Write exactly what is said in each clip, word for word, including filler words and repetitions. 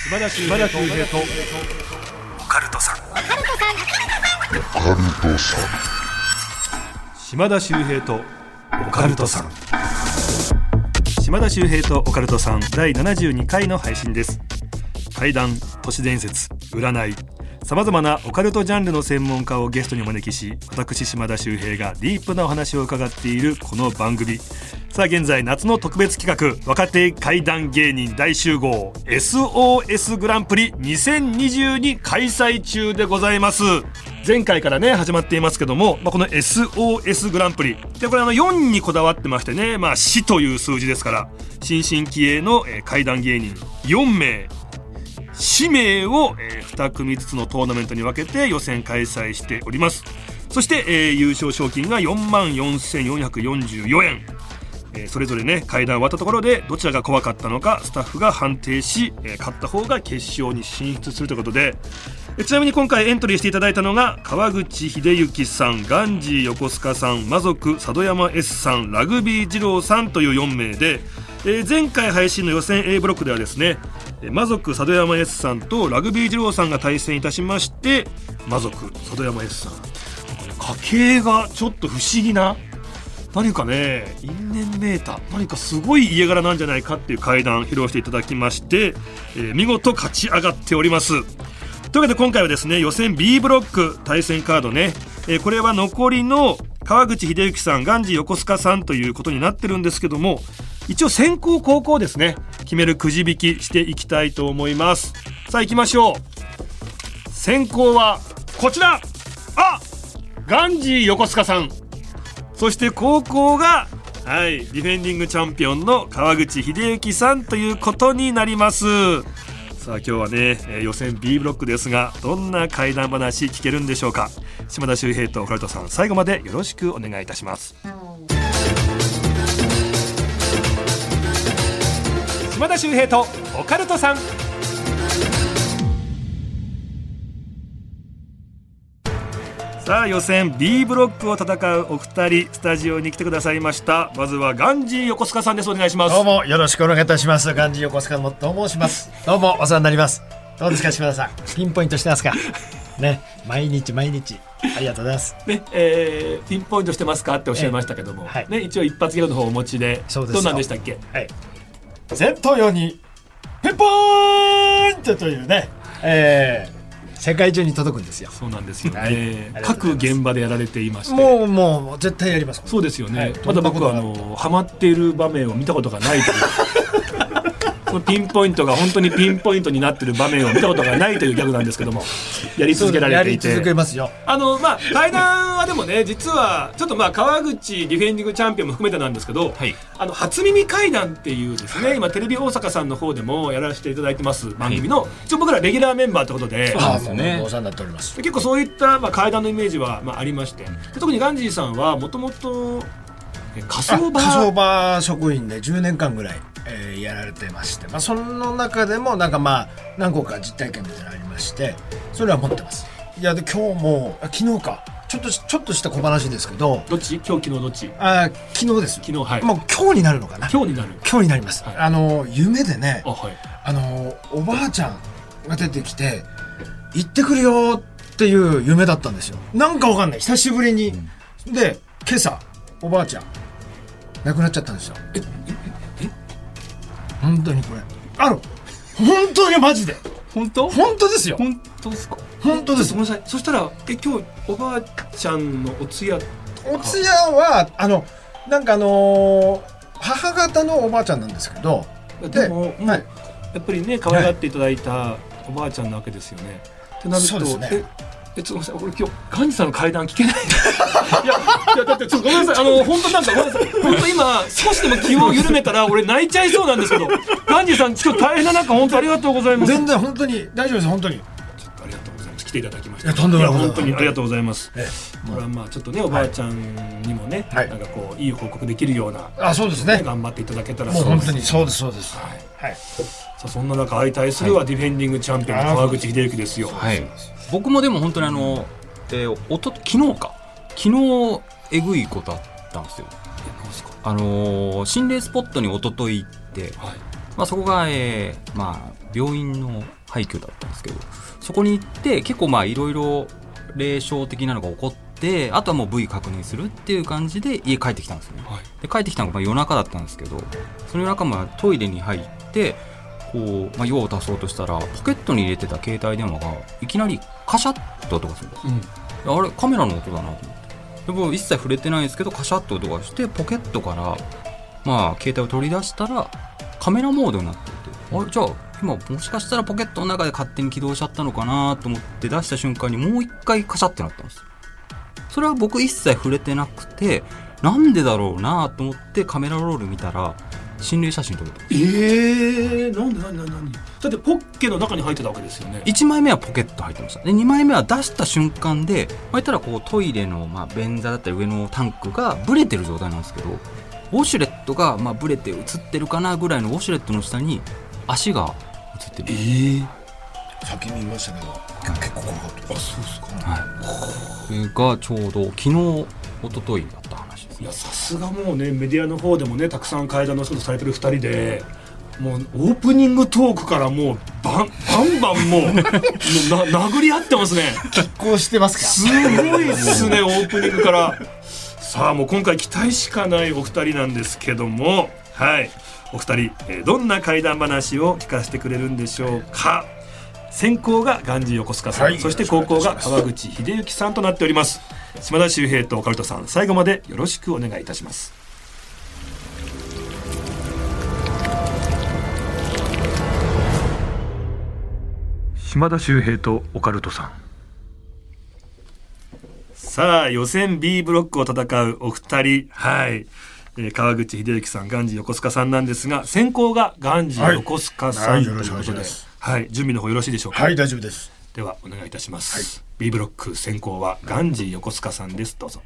島田秀平とオカルトさん島田秀平とオカルトさん島田秀平とオカルトさんだいななじゅうにかいの配信です。怪談、都市伝説、占い、さまざまなオカルトジャンルの専門家をゲストにお招きし、私島田秀平がディープなお話を伺っているこの番組。さあ現在夏の特別企画、若手怪談芸人大集合 エスオーエス グランプリにせんにじゅうに開催中でございます。前回からね始まっていますけども、まあ、この エスオーエス グランプリでこれあのよんにこだわってましてね、まあ死という数字ですから新進気鋭の、えー、怪談芸人よんめい氏名を、えー、に組ずつのトーナメントに分けて予選開催しております。そして、えー、優勝賞金がよんまんよんせんよんひゃくよんじゅうよえん、えー、それぞれね階段終わったところでどちらが怖かったのかスタッフが判定し、えー、勝った方が決勝に進出するということで、えー、ちなみに今回エントリーしていただいたのが川口秀幸さん、ガンジー横須賀さん、魔族佐渡山 S さん、ラグビー二郎さんというよんめいで、えー、前回配信の予選 A ブロックではですね、魔族佐渡山 S さんとラグビー二郎さんが対戦いたしまして、魔族佐渡山 S さん、家系がちょっと不思議な、何かね因縁めいた何かすごい家柄なんじゃないかっていう怪談披露していただきまして、えー、見事勝ち上がっております。というわけで今回はですね予選 B ブロック対戦カードね、えー、これは残りの川口秀幸さん、ガンジー横須賀さんということになってるんですけども、一応先攻後攻ですね決めるくじ引きしていきたいと思います。さあ行きましょう。先攻はこちら、あガンジー横須賀さん、そして後攻が、はい、ディフェンディングチャンピオンの川口秀幸さんということになります。さあ今日はね、えー、予選 B ブロックですがどんな怪談話聞けるんでしょうか。島田秀平とオカルトさん、最後までよろしくお願いいたします。島田秀平とオカルトさん。さあ予選 B ブロックを戦うお二人スタジオに来てくださいました。まずはガンジー横須賀さんです。お願いします。 どうもよろしくお願いいたします。ガンジー横須賀と申します。どうもお世話になります。どうですか島田さん、ピンポイントしてますかね、毎日毎日ありがとうございます、 ねえー、ピンポイントしてますかっておっしゃいましたけども、えーはいね、一応一発ギャグの方をお持ちで、どんなんでしたっけ。 はい、戦闘用にピンポイントというね、えー世界中に届くんですよ。 そうなんですよね、はい、各現場でやられていまして、 もうもう絶対やります。 そうですよね、はい、まだ僕はあのハマっている場面を見たことがないというそのピンポイントが本当にピンポイントになっている場面を見たことがないというギャグなんですけども、やり続けられていて、 やり続けますよ。 あのまあ怪談はでもね実はちょっとまあ川口ディフェンディングチャンピオンも含めてなんですけど、はい、あの初耳怪談っていうですね、今テレビ大阪さんの方でもやらせていただいてます番組の、はい、一応僕らレギュラーメンバーってことで、 そうですね、お世話になっております。 結構そういったまあ怪談のイメージはまあありまして、で特にガンジーさんはもともと火葬場火葬場職員でじゅうねんかんぐらい、えー、やられてまして、まあ、その中でもなんかまあ何個か実体験みたいなのありまして、それは持ってます。いやで今日も昨日かちょっとちょっとした小話ですけど、 どっち今日昨日どっち。 あ昨日です。 昨日、はい、 もう今日になるのかな。 今日になる今日になります、はい、あの夢でね、 あ、はい、 あのおばあちゃんが出てきて行ってくるよっていう夢だったんですよ。なんかわかんない久しぶりに、うん、で今朝おばあちゃん亡くなっちゃったんですよ。えええ本当にこれある、本当にマジで本当本当ですよ。 本当ですか。 本当です。 ごめんなさい。そしたらえ今日おばあちゃんのお通夜お通夜はあのなんかあのー、母方のおばあちゃんなんですけど、 でも、はい、やっぱりね可愛がっていただいたおばあちゃんなわけですよね、はい、ってなるとそうですね。 ええごめんなさい、俺今日ガンジさんの怪談聞けないいやいやだってちょっとごめんなさい、あの本当なんかごめんなさい、本当今少しでも気を緩めたら俺泣いちゃいそうなんですけど、ガンジさん今日大変な中本当ありがとうございます。 全然本当に大丈夫です。本当にありがとうございます。来ていただきました。 いやとんでもない、 本当にありがとうございます。 ええ、これはまあちょっとねおばあちゃんにもね、はい、なんかこういい報告できるような、 あそうですね、 頑張っていただけたらもう本当にそうですそうです。はい、はい、 さあそんな中相対するはディフェンディングチャンピオンの川口秀幸ですよ。 はい、僕もでも本当にあの、えー、おと昨日か昨日えぐいことあったんですよ。あのー、心霊スポットに一昨日行って、はい、ままあ、そこが、えーまあ、病院の廃墟だったんですけど、そこに行って結構まあいろいろ霊障的なのが起こって、あとはもう部位確認するっていう感じで家帰ってきたんですよね、はい、で帰ってきたのがまあ夜中だったんですけど、その夜中もトイレに入ってこう、まあ、用を足そうとしたらポケットに入れてた携帯電話がいきなりカシャッと音がするんです、うん、あれカメラの音だなと思って、でも一切触れてないんですけどカシャッと音がして、ポケットからまあ携帯を取り出したらカメラモードになっていて、あれじゃあ今もしかしたらポケットの中で勝手に起動しちゃったのかなと思って出した瞬間にもう一回カシャってなったんですよ。それは僕一切触れてなくて、なんでだろうなと思ってカメラロール見たら心霊写真撮れてます。 えー、なんでなんでなんでなんでだってポッケの中に入ってたわけですよね。 いちまいめはポケット入ってました。でにまいめは出した瞬間で、まあ、言ったらこうトイレのまあ便座だったり上のタンクがブレてる状態なんですけど、ウォシュレットがまあブレて映ってるかなぐらいのウォシュレットの下に足が映ってる。 えー、先見ましたけど結構怖かった。あ、そうですか、 はい、それがちょうど昨日一昨日だった話です、ね、 いやさすがもうねメディアの方でもねたくさん怪談の仕事されてるふたりで、もうオープニングトークからもうバンバンバンもうもうな殴り合ってますね。 拮抗してますか。 すごいっすねオープニングから。さあもう今回期待しかないお二人なんですけども、はいお二人、えー、どんな怪談話を聞かせてくれるんでしょうか。先行がガンジー横須賀さん、はい、そして後攻が川口秀幸さんとなっております。島田秀平とオカルトさん、最後までよろしくお願いいたします。島田秀平とオカルトさん、さあ予選 B ブロックを戦うお二人、はい、えー、川口秀幸さん、ガンジー横須賀さんなんですが、先行がガンジー横須賀さん、はい、ということで、はい、準備の方よろしいでしょうか。 はい、大丈夫です。 ではお願いいたします、はい、B ブロック先行はガンジー横須賀さんです。どうぞ。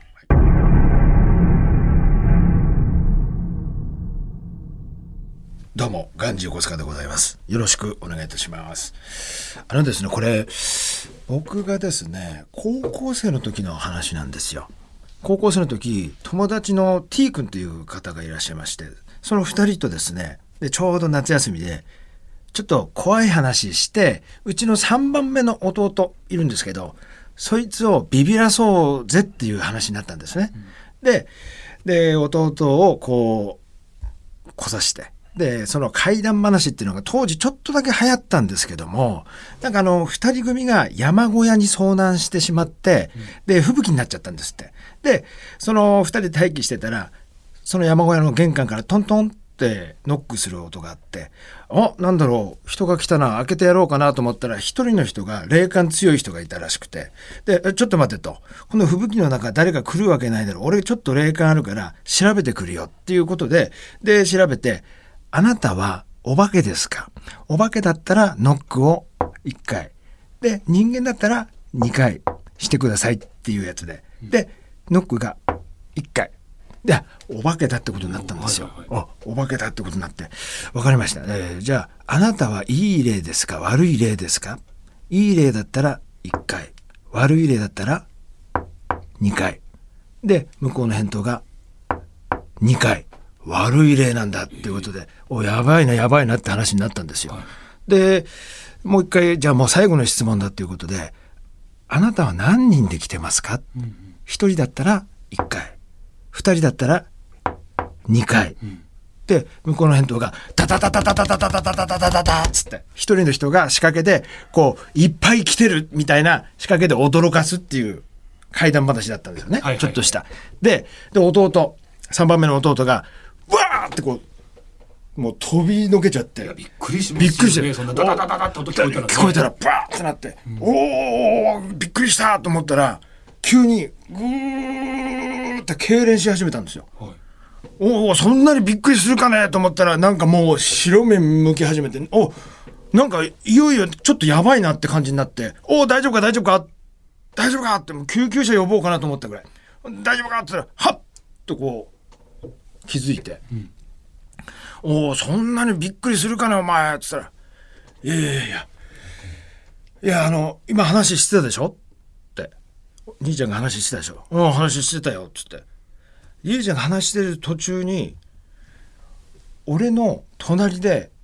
どうもガンジー横須賀でございます。よろしくお願いいたします。あのですね、これ僕がですね高校生の時の話なんですよ。高校生の時友達の T 君という方がいらっしゃいまして、そのふたりとですねでちょうど夏休みでちょっと怖い話して、うちのさんばんめの弟いるんですけど、そいつをビビらそうぜっていう話になったんですね、うん、で, で弟をこうこさして、でその怪談話っていうのが当時ちょっとだけ流行ったんですけども、なんかあのふたり組が山小屋に遭難してしまって、うん、で吹雪になっちゃったんですって。でそのふたりで待機してたら、その山小屋の玄関からトントンってノックする音があって、あ、なんだろう、人が来たな、開けてやろうかなと思ったら、一人の人が霊感強い人がいたらしくて、でちょっと待ってと、この吹雪の中誰か来るわけないだろう、俺ちょっと霊感あるから調べてくるよっていうことで、で調べて、あなたはお化けですか、お化けだったらノックをいっかいで、人間だったらにかいしてくださいっていうやつで、でノックがいっかいで、お化けだってことになったんですよ。はいはいはい、お, お化けだってことになって、分かりました、えー、じゃああなたはいい霊ですか悪い霊ですか。いい霊だったらいっかい、悪い霊だったらにかいで、向こうの返答がにかい、悪い霊なんだっていうことで、おやばいなやばいなって話になったんですよ。はい、でもう一回、じゃあもう最後の質問だっていうことで、あなたは何人で来てますか。うんうん、ひとりだったらいっかい、ふたりだったらにかい、うん、で向こうの返答がタタタタタタタタタタタタタタタつって、一人の人が仕掛けでこういっぱい来てるみたいな仕掛けで驚かすっていう怪談話だったんですよね。はいはいはい、ちょっとしたでで弟さんばんめの弟がわーってこうもう飛びのけちゃって、 びっくりしますよね。 びっくりして、 そんなダダダダダって音聞こえたら、ね、 聞こえたらバーってなって、うん、おーびっくりしたと思ったら、急にグーって痙攣し始めたんですよ。はい、おお、そんなにびっくりするかねと思ったら、なんかもう白目向き始めて、おなんかいよいよちょっとやばいなって感じになって、お大丈夫か大丈夫か大丈夫かって、もう救急車呼ぼうかなと思ったぐらい、大丈夫かって言ったら、はっとこう気づいて、うん、おおそんなにびっくりするかなお前って言ったら、いやいやいやいや、あの今話してたでしょって、兄ちゃんが話してたでしょ。うん、話してたよっつって、兄ちゃんが話してる途中に俺の隣で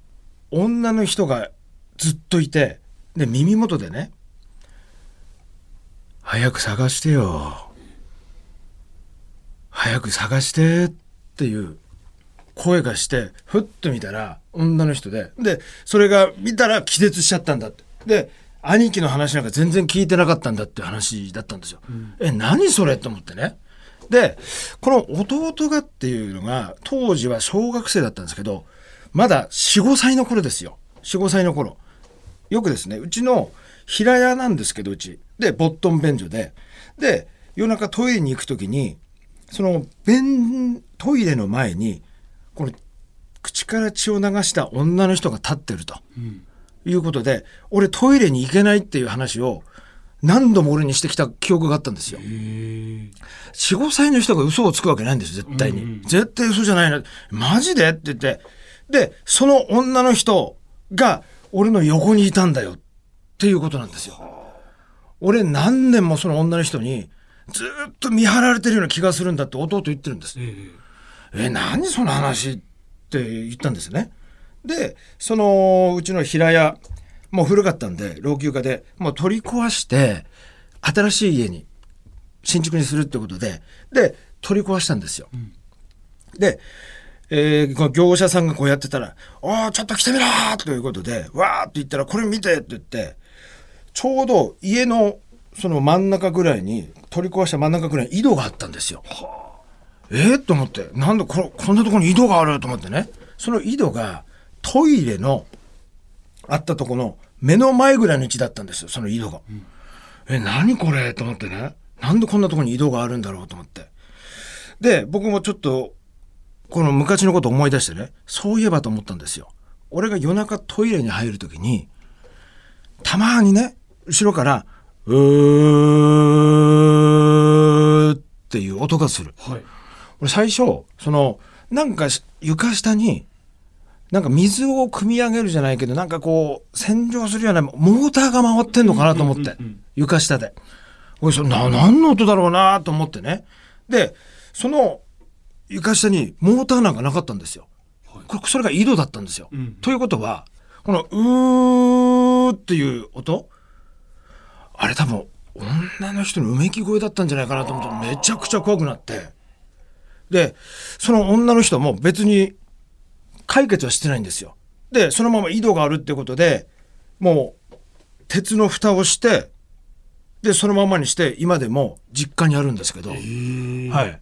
女の人がずっといて、で耳元でね、早く探してよ、早く探してっていう声がして、ふっと見たら女の人で、でそれが見たら気絶しちゃったんだって。で兄貴の話なんか全然聞いてなかったんだっていう話だったんですよ、うん、え何それと思ってね。でこの弟がっていうのが当時は小学生だったんですけど、まだ よん、ごさいの頃ですよ。よん、ごさいの頃よくですね、うちの平屋なんですけど、うちでボットン便所で、で夜中トイレに行くときに、その便トイレの前にこの口から血を流した女の人が立ってると、うん、いうことで、俺トイレに行けないっていう話を何度も俺にしてきた記憶があったんですよ。よん、ごさいの人が嘘をつくわけないんですよ、絶対に、うんうん、絶対嘘じゃないな、マジでって言って、でその女の人が俺の横にいたんだよっていうことなんですよ。俺何年もその女の人にずっと見張られてるような気がするんだって弟言ってるんです、えー、え何その話って言ったんですね。でそのうちの平屋もう古かったんで老朽化でもう取り壊して新しい家に新築にするってことで、で取り壊したんですよ、うん、で、えー、この業者さんがこうやってたら、おーちょっと来てみろーということでわーって言ったら、これ見てって言って、ちょうど家のその真ん中ぐらいに、取り壊した真ん中ぐらいに井戸があったんですよ。えー、と思って、なんで こ, こんなところに井戸があると思ってね。その井戸がトイレのあったところの目の前ぐらいの位置だったんですよ、その井戸が、うん、え何これと思ってね、なんでこんなところに井戸があるんだろうと思って、で僕もちょっとこの昔のことを思い出してね、そういえばと思ったんですよ。俺が夜中トイレに入るときにたまにね、後ろからうーっていう音がする、はい、俺最初そのなんか床下になんか水を汲み上げるじゃないけど、なんかこう洗浄するようなモーターが回ってんのかなと思って、うんうんうん、床下で俺それな何の音だろうなと思ってね。でその床下にモーターなんかなかったんですよ、はい、これそれが井戸だったんですよ、うん、ということはこのうーっていう音、あれ多分女の人のうめき声だったんじゃないかなと思ってめちゃくちゃ怖くなって、でその女の人も別に解決はしてないんですよ。でそのまま井戸があるってことでもう鉄の蓋をして、でそのままにして今でも実家にあるんですけど、はい、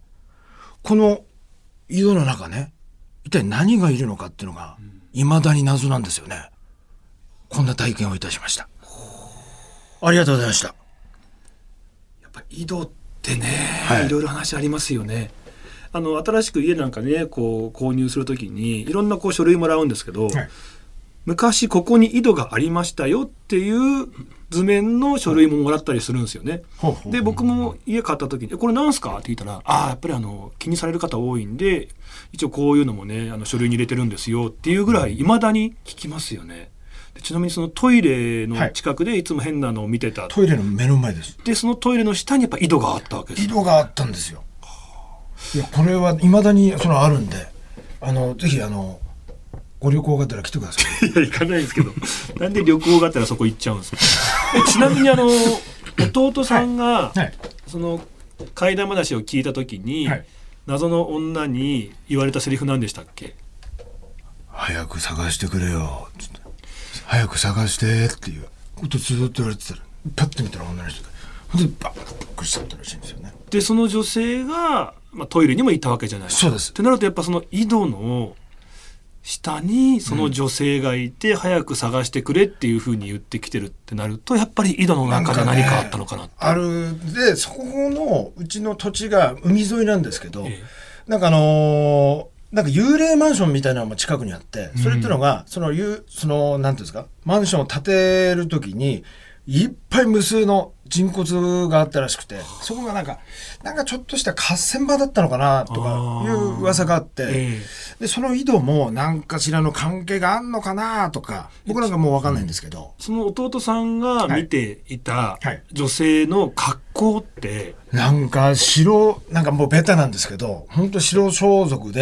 この井戸の中ね、一体何がいるのかっていうのが未だに謎なんですよね。こんな体験をいたしました。ありがとうございました。 やっぱ井戸ってね、はい、いろいろ話ありますよね。あの新しく家なんかねこう購入するときにいろんなこう書類もらうんですけど、はい、昔ここに井戸がありましたよっていう図面の書類ももらったりするんですよね、はい、で僕も家買った時にこれなんすかって聞いたら、ああやっぱりあの気にされる方多いんで一応こういうのもねあの書類に入れてるんですよっていうぐらい未だに聞きますよね。でちなみにそのトイレの近くでいつも変なのを見てた、はい、 トイレの目の前です。 でそのトイレの下にやっぱ井戸があったわけです。 井戸があったんですよ。いやこれは未だにそのあるんで、あのぜひあのご旅行がてら来てください。いや行かないですけどなんで旅行がてらそこ行っちゃうんですか。ちなみにあの弟さんが、はいはい、その怪談話を聞いた時に、はい、謎の女に言われたセリフなんでしたっけ。 早く探してくれよつって、早く探してっていうことずっと言われてたら、パッと見たら女の人で、ほんでバッとびっくりしちゃったらしいんですよね。 でその女性が、まあ、トイレにもいたわけじゃないですか。 そうです。 ってなるとやっぱその井戸の下にその女性がいて、うん、早く探してくれっていう風に言ってきてるってなると、やっぱり井戸の中で何かあったのかなって、ね、 あるで、そこのうちの土地が海沿いなんですけど、ええ、なんかあのー、なんか幽霊マンションみたいなのも近くにあって、それっていうのが、うん、そのそのなんていうんですか、マンションを建てるときにいっぱい無数の人骨があったらしくて、そこがなんかなんかちょっとした合戦場だったのかなとかいう噂があって、えー、でその井戸も何かしらの関係があんのかなとか、僕なんかもう分かんないんですけど、 その弟さんが見ていた女性の格好って、 はいはい、なんか白なんかもうベタなんですけど、本当白装束で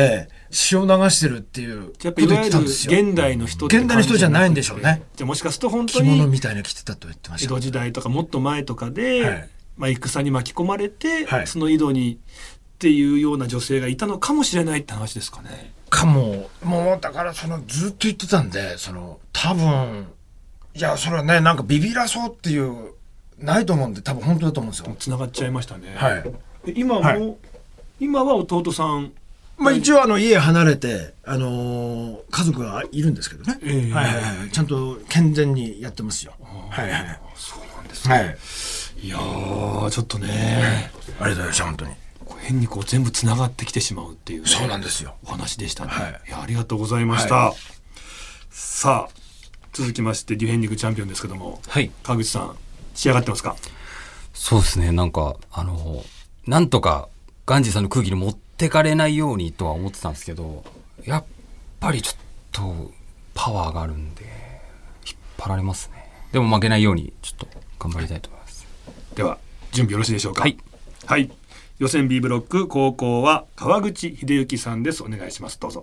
血を流してるっていうこと言ってたんですよ。 現代の人って現代の人じゃないんでしょうね。 じゃあもしかすると本当着物にみたいな着てたと言ってました。 江戸時代とかもっと前とかで、はい、まあ、戦に巻き込まれて、はい、その井戸にっていうような女性がいたのかもしれないって話ですかね。 かも。もうだからそのずっと言ってたんで、その多分いやそれはね、なんかビビらそうっていうないと思うんで、多分本当だと思うんですよ。 つながっちゃいましたね。 はい。 で今も、はい、今は弟さん、 まあ、一応あの家離れて、あのー、家族がいるんですけどね、えー、はいはいはい、ちゃんと健全にやってますよ。はいはい。 そうなんですね。はい、いやーちょっとね、 ありがとうございました。本当に変にこう全部つながってきてしまうっていう、ね、 そうなんですよ。 お話でしたね。 はい、 いやありがとうございました。はい、さあ続きましてディフェンディングチャンピオンですけども、はい、川口さん仕上がってますか？ そうですね、なんかあのなんとかガンジーさんの空気に持ってかれないようにとは思ってたんですけど、やっぱりちょっとパワーがあるんで引っ張られますね。でも負けないようにちょっと頑張りたいと思います。 では準備よろしいでしょうか？ はい、 はい、予選 B ブロック後攻は川口秀幸さんです。お願いします。どうぞ。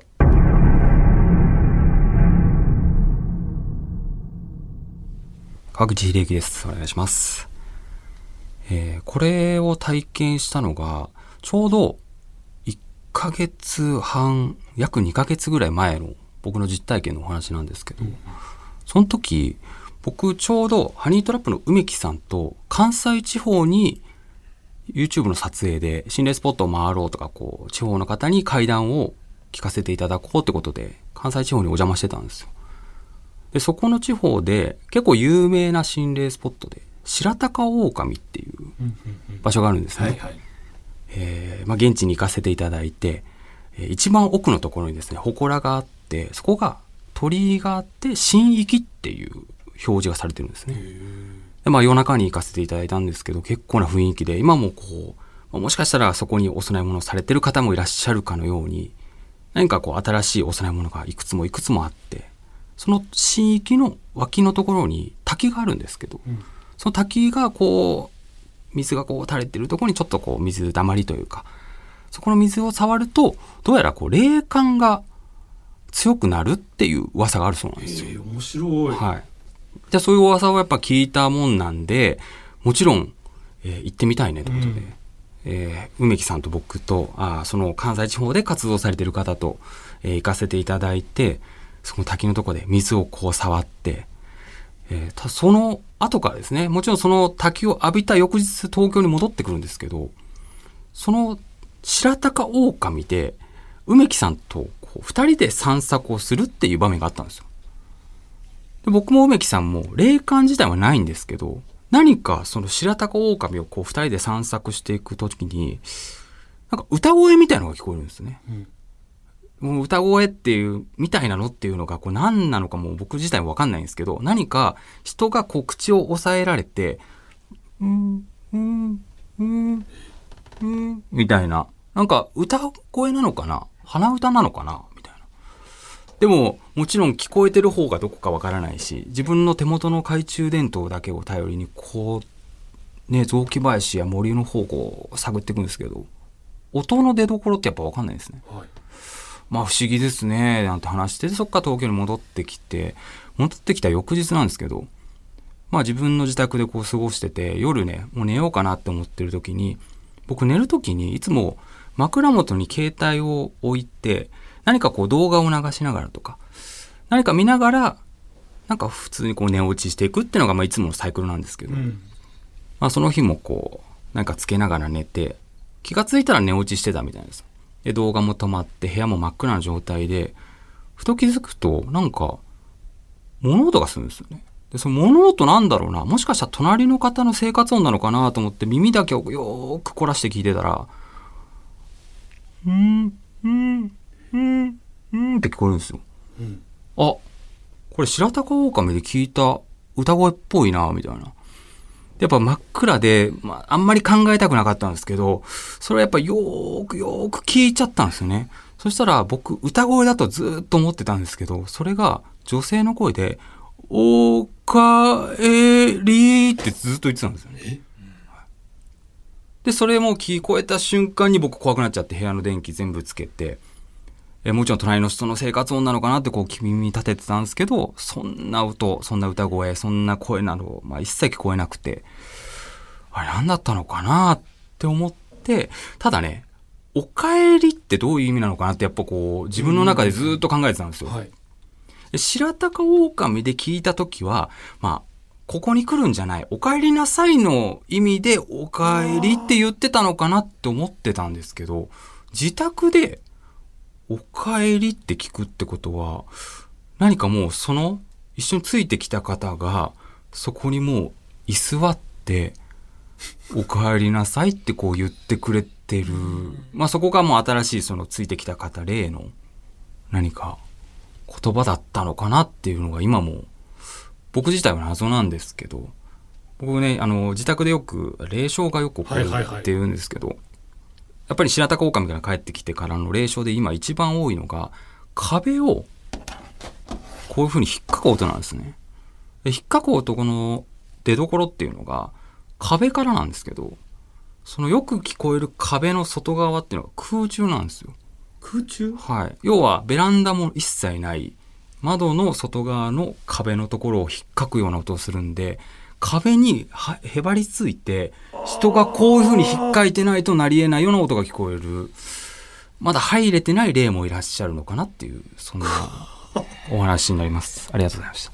川口秀幸です。お願いします。えー、これを体験したのがちょうどいっかげつはん、約にかげつぐらい前の僕の実体験のお話なんですけど、うん、その時僕ちょうどハニートラップの梅木さんと関西地方に YouTube の撮影で心霊スポットを回ろうとか、こう地方の方に怪談を聞かせていただこうってことで関西地方にお邪魔してたんですよ。でそこの地方で結構有名な心霊スポットで白鷹狼っていう場所があるんですね。はいはい、えーまあ、現地に行かせていただいて、一番奥のところにですね祠があって、そこが鳥居があって神域っていう表示がされてるんですね。で、まあ、夜中に行かせていただいたんですけど、結構な雰囲気で、今もこうもしかしたらそこにお供え物をされてる方もいらっしゃるかのように、何かこう新しいお供え物がいくつもいくつもあって、その神域の脇のところに滝があるんですけど、うん、その滝がこう水がこう垂れてるところにちょっとこう水だまりというか、そこの水を触るとどうやらこう霊感が強くなるっていう噂があるそうなんですよ。 えー、面白い。 はい。じゃあそういう噂をやっぱ聞いたもんなんで、もちろん、えー、行ってみたいねということで、うん、えー、梅木さんと僕とあその関西地方で活動されている方と、えー、行かせていただいて、その滝のところで水をこう触って、えー、その後からですね、もちろんその滝を浴びた翌日東京に戻ってくるんですけど、その白鷹狼で梅木さんとこうふたりで散策をするっていう場面があったんですよ。で僕も梅木さんも霊感自体はないんですけど、何かその白鷹狼をこうふたりで散策していくときに、なんか歌声みたいなのが聞こえるんですね。うん、もう歌声っていうみたいなのっていうのがこう何なのかも僕自体も分かんないんですけど、何か人がこう口を押さえられてうんうんうんうんみたいな、なんか歌声なのかな、鼻歌なのかなみたいな。でももちろん聞こえてる方がどこか分からないし、自分の手元の懐中電灯だけを頼りにこうね、雑木林や森の方を探っていくんですけど、音の出所ってやっぱ分かんないですね。はい、まあ不思議ですねなんて話して、そっから東京に戻ってきて、戻ってきた翌日なんですけど、まあ自分の自宅でこう過ごしてて、夜ねもう寝ようかなって思ってる時に、僕寝る時にいつも枕元に携帯を置いて、何かこう動画を流しながらとか何か見ながら、なんか普通にこう寝落ちしていくっていうのがまあいつものサイクルなんですけど、うん、まあその日もこうなんかつけながら寝て、気がついたら寝落ちしてたみたいです。で動画も止まって部屋も真っ暗な状態で、ふと気づくとなんか物音がするんですよね。でその物音なんだろうな、もしかしたら隣の方の生活音なのかなと思って耳だけをよーく凝らして聞いてたら、うんうんうんうんって聞こえるんですよ。うん、あ、これ白鷹狼で聞いた歌声っぽいなみたいな。やっぱ真っ暗で、まあ、あんまり考えたくなかったんですけど、それはやっぱよーくよーく聞いちゃったんですよね。そしたら僕歌声だとずっと思ってたんですけど、それが女性の声でおかえりってずっと言ってたんですよね。でそれも聞こえた瞬間に僕怖くなっちゃって、部屋の電気全部つけて、 えもちろん隣の人の生活音なのかなってこう耳に立ててたんですけど、そんな音、そんな歌声、そんな声など、まあ、一切聞こえなくて、あれ何だったのかなって思って、ただね、お帰りってどういう意味なのかなってやっぱこう自分の中でずっと考えてたんですよ。はい、で白鷹狼で聞いたときは、まあ、ここに来るんじゃない、お帰りなさいの意味でお帰りって言ってたのかなって思ってたんですけど、自宅でお帰りって聞くってことは、何かもうその一緒についてきた方がそこにもう居座ってお帰りなさいってこう言ってくれてる、まあそこがもう新しいそのついてきた方例の何か言葉だったのかなっていうのが今も僕自体は謎なんですけど、僕ね、あの自宅でよく霊障がよく起こるっていうんですけど、はいはいはい、やっぱり白鷹狼が帰ってきてからの霊障で今一番多いのが壁をこういう風に引っかく音なんですね。で引っかく音の出所っていうのが壁からなんですけど、そのよく聞こえる壁の外側っていうのが空中なんですよ。 空中？ はい。要はベランダも一切ない窓の外側の壁のところを引っかくような音をするんで、壁にへばりついて人がこういう風に引っかいてないとなり得ないような音が聞こえる、まだ入れてない霊もいらっしゃるのかなっていう、そんなお話になります。ありがとうございました。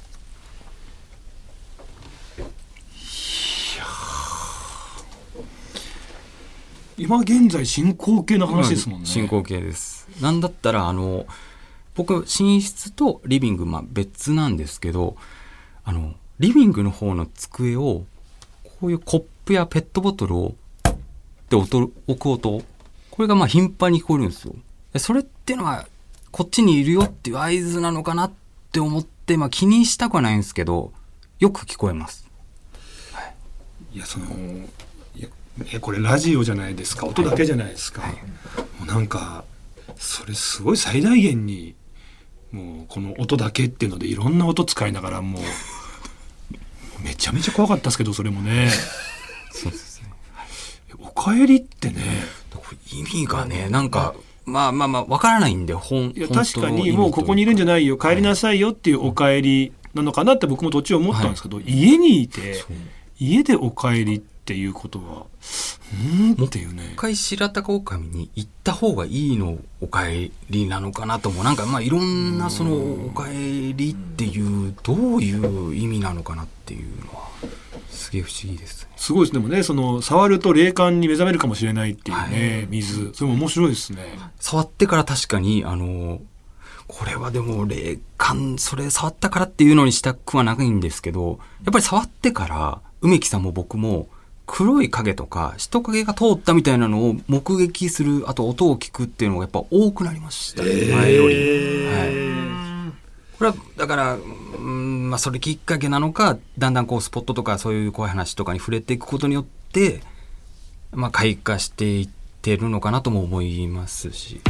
今現在進行形の話ですもんね。 進行形です。なんだったらあの僕寝室とリビング、まあ、別なんですけど、あのリビングの方の机をこういうコップやペットボトルをで置く音、これがまあ頻繁に聞こえるんですよ。それっていうのはこっちにいるよっていう合図なのかなって思って、まあ、気にしたくはないんですけど、よく聞こえます。 はい、いやそのいやえこれラジオじゃないですか、音だけじゃないですか、はいはい、もうなんかそれすごい最大限にもうこの音だけっていうのでいろんな音使いながらもうめちゃめちゃ怖かったですけど、それもねそうですね、はい、 お帰りってね意味がねなんかまあまあまあわからないんで、本いや確かにもうここにいるんじゃないよ、帰りなさいよっていうお帰りなのかなって僕も途中思ったんですけど、はい、家にいて家でお帰りっていうことはうんっていうね、もう一回白鷹狼に行った方がいいのお帰りなのかなとも、なんかまあいろんなそのお帰りっていうどういう意味なのかなっていうのはすげえ不思議ですね。 すごいですね。でもね、その触ると霊感に目覚めるかもしれないっていうね、はい、水、それも面白いですね。 触ってから確かにあのこれはでも霊感、それ触ったからっていうのにしたくはないんですけど、やっぱり触ってから梅木さんも僕も黒い影とか人影が通ったみたいなのを目撃する、あと音を聞くっていうのがやっぱ多くなりましたね、えー、前より、はい、これはだから、うんまあ、それきっかけなのか、だんだんこうスポットとかそういう怖い話とかに触れていくことによって、まあ、開花していってるのかなとも思いますし、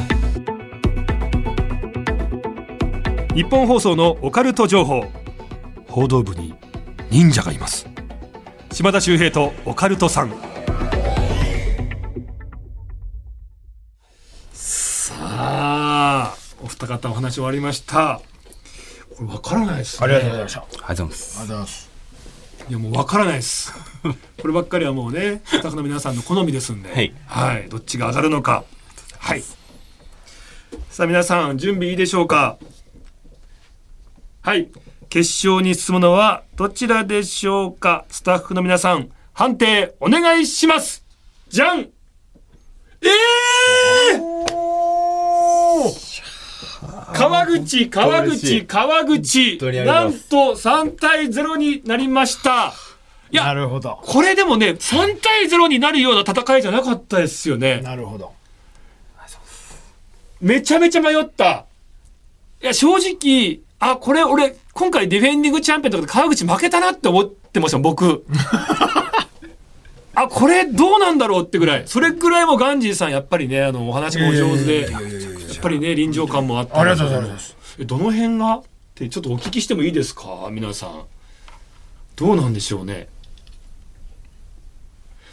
日本放送のオカルト情報、報道部に忍者がいます。島田秀平とオカルトさん。さあお二方お話終わりました。これ分からないですね。 ありがとうございました。 ありがとうございます。 ありがとうございます。 いやもう分からないですこればっかりはもうねスタッフの皆さんの好みですんで、はい、はい、どっちが上がるのか。はい、さあ皆さん準備いいでしょうか。はい、決勝に進むのはどちらでしょうか。スタッフの皆さん判定お願いします。じゃん。えー川口川口川口なんとさんたいゼロになりました。いや、 なるほど。 これでもねさんたいゼロになるような戦いじゃなかったですよね。 なるほど。 めちゃめちゃ迷った。いや正直あこれ俺今回ディフェンディングチャンピオンとかで川口負けたなって思ってました僕あこれどうなんだろうってぐらい、それぐらいもガンジーさんやっぱりねあのお話も上手でやっぱりね臨場感もあった。 ありがとうございます。 どの辺がってちょっとお聞きしてもいいですか。皆さんどうなんでしょうね。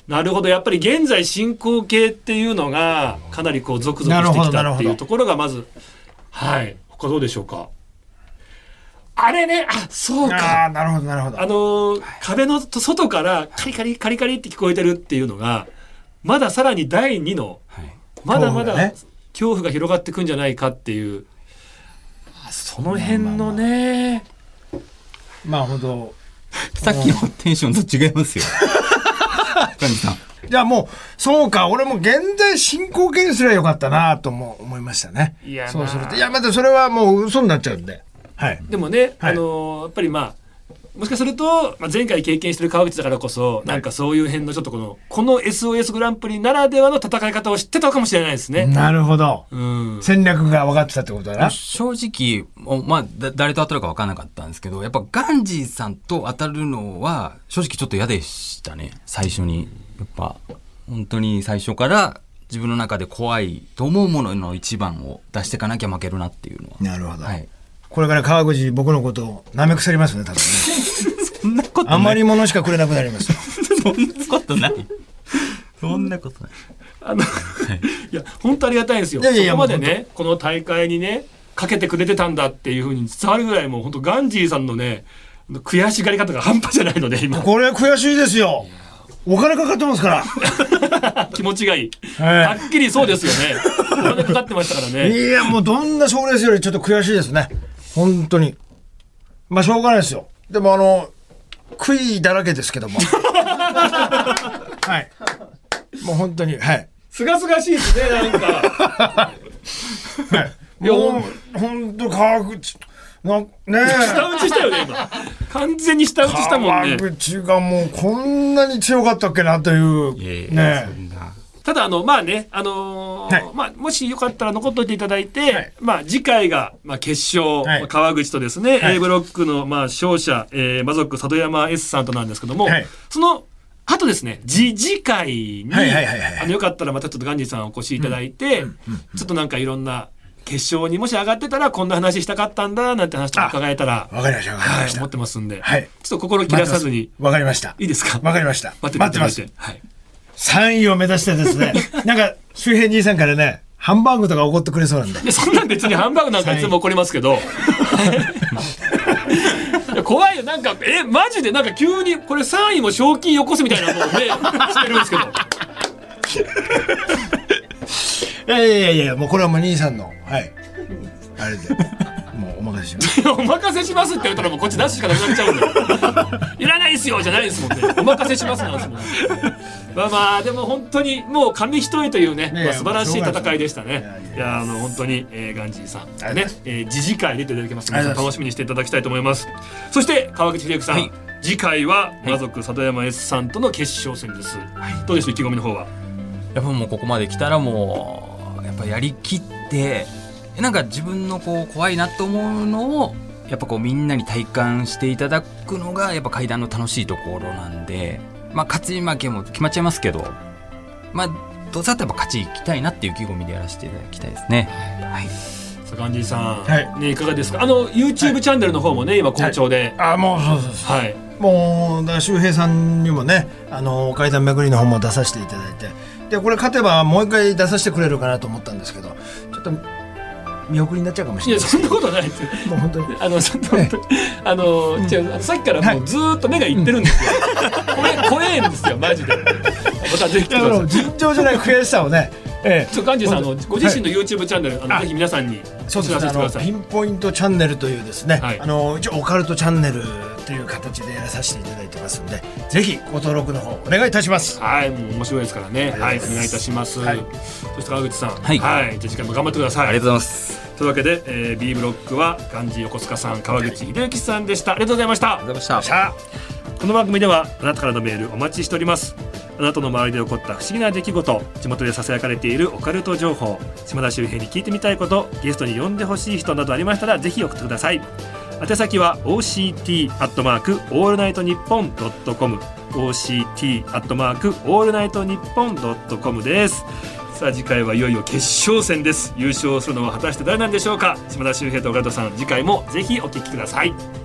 なるほど、やっぱり現在進行形っていうのがかなりこう続々してきたっていうところがまず、はい、他どうでしょうか。あれね、あ、そうか。 あー、なるほどなるほど。 あのー、壁の外からカリカリカリカリって聞こえてるっていうのがまださらにだいにの、はい、まだまだ恐怖が広がってくんじゃないかっていう、その辺のね、 まあほどさっきのテンションと違いますよ神さん。 じゃあもうそうか、俺も現在進行形にすればよかったなとも思いましたね。 いや、 そうすると、いやまたそれはもう嘘になっちゃうんで、はい、 でもね、 はい、 あのー、やっぱりまあもしかすると、まあ、前回経験してる川口だからこそ、はい、なんかそういう辺のちょっとこのこの エスオーエス グランプリならではの戦い方を知ってたかもしれないですね。 なるほど、 うん、 戦略が分かってたってことだな。 正直、まあ、だ誰と当たるか分からなかったんですけど、やっぱガンジーさんと当たるのは正直ちょっと嫌でしたね。最初にやっぱ本当に最初から自分の中で怖いと思うものの一番を出していかなきゃ負けるなっていうのは。 なるほど、 はい、これから川口僕のことを舐め腐りますね多分ねそんなことない。 あんまりものしかくれなくなりますそんなことないそんなことないあの、はい、いや本当ありがたいんですよ。いやいやいや、そこまでねこの大会にねかけてくれてたんだっていうふうに伝わるぐらい、もう本当ガンジーさんのね悔しがり方が半端じゃないので、今これは悔しいですよ。お金かかってますから気持ちがいい、はい、はっきりそうですよねお金かかってましたからね。 いやもうどんな賞レースよりちょっと悔しいですね本当に。まあしょうがないですよ。でもあの悔いだらけですけどもはいもう本当にはいすがすがしいですねなんかはい、 もう本当川口なね下打ちしたよね今完全に下打ちしたもんね。 川口がもうこんなに強かったっけなというね。 ただあのまあね、あのーはい、まあ、もしよかったら残っておいていただいて、はい、まあ、次回が、まあ、決勝、はい、川口とですね、はい、A ブロックの、まあ、勝者、えー、魔族里山 S さんとなんですけども、はい、そのあとですね、次次回に、あのよかったらまたちょっとガンジーさんお越しいただいて、うんうんうんうん、ちょっとなんかいろんな決勝にもし上がってたらこんな話したかったんだなんて話とか伺えたら、 わかりました、わかりました、 はい、思ってますんで、 はい、 ちょっと心切らさずに。 わかりました。 いいですか。 わかりました。 待って待ってます。 はい。 さんいを目指してですね、なんか周平兄さんからね、ハンバーグとかおごってくれそうなんで。 いやそんなん別にハンバーグなんかいつも怒りますけど。いや怖いよ、なんかえマジでなんか急にこれさんいも賞金よこすみたいなもうねしてるんですけど。 いやいやいやいや、もうこれはもう兄さんのはいあれでもうお任せします。 お任せしますって言ったらもうこっち出すしかなくなっちゃうんだよ。いらないっすよじゃないですもんね。お任せしますなんですもん。まあまあでも本当にもう紙一重というね、まあ、素晴らしい戦いでしたね。いやあの本当に、えー、ガンジーさんね、えー、次次回出ていただきますので楽しみにしていただきたいと思います。そして川口秀之さん、はい、次回は魔族里山 S さんとの決勝戦です、はい、どうでしょう意気込みの方は。 やっぱもうここまで来たらもうやっぱやりきってなんか自分のこう怖いなと思うのをやっぱこうみんなに体感していただくのがやっぱ階段の楽しいところなんで、まあ勝ち負けも決まっちゃいますけど、まあどうせだったらやっぱ勝ちいきたいなっていう意気込みでやらせていただきたいですね。はい。 さあガンジーさん、はい、ねいかがですか。あの YouTube チャンネルの方もね、はい、今好調で、 はい、あもうそうそうそう、 はい、 もうだから周平さんにもねあの階段巡りの方も出させていただいて、でこれ勝てばもう一回出させてくれるかなと思ったんですけど、ちょっと見送りになっちゃうかもしれない。 いやそんなことないですよ。 もう本当にあのちょっと本当にあの、うん、違うさっきからもうずーっと目がいってるんですよ。これ怖えんですよマジで。またぜひ来てください。 尋常じゃない悔しさをね。ええ、ちょガンジーさんあのご自身の YouTube チャンネル、はい、あのぜひ皆さんにそうですね、あのピンポイントチャンネルというですね、はい、あの一応オカルトチャンネルという形でやらさせていただいてますんで、ぜひご登録の方お願いいたします。 はい、もう面白いですからね。はい、お願いいたします。はい、そして川口さん、 はい、 はい、じゃあ次回も頑張ってください。 ありがとうございます。 というわけで、えー、B ブロックはガンジー横須賀さん、川口秀之さんでした。ありがとうございました。 ありがとうございました。 この番組ではあなたからのメールお待ちしております。あなたの周りで起こった不思議な出来事、地元でささやかれているオカルト情報、島田周平に聞いてみたいこと、ゲストに呼んでほしい人などありましたらぜひ送ってください。宛先は オーシーティー アットマーク オールナイトニッポン ドットコム オーシーティー アットマーク オールナイトニッポン ドットコム です。さあ次回はいよいよ決勝戦です。優勝するのは果たして誰なんでしょうか。島田周平とオカルトさん、次回もぜひお聞きください。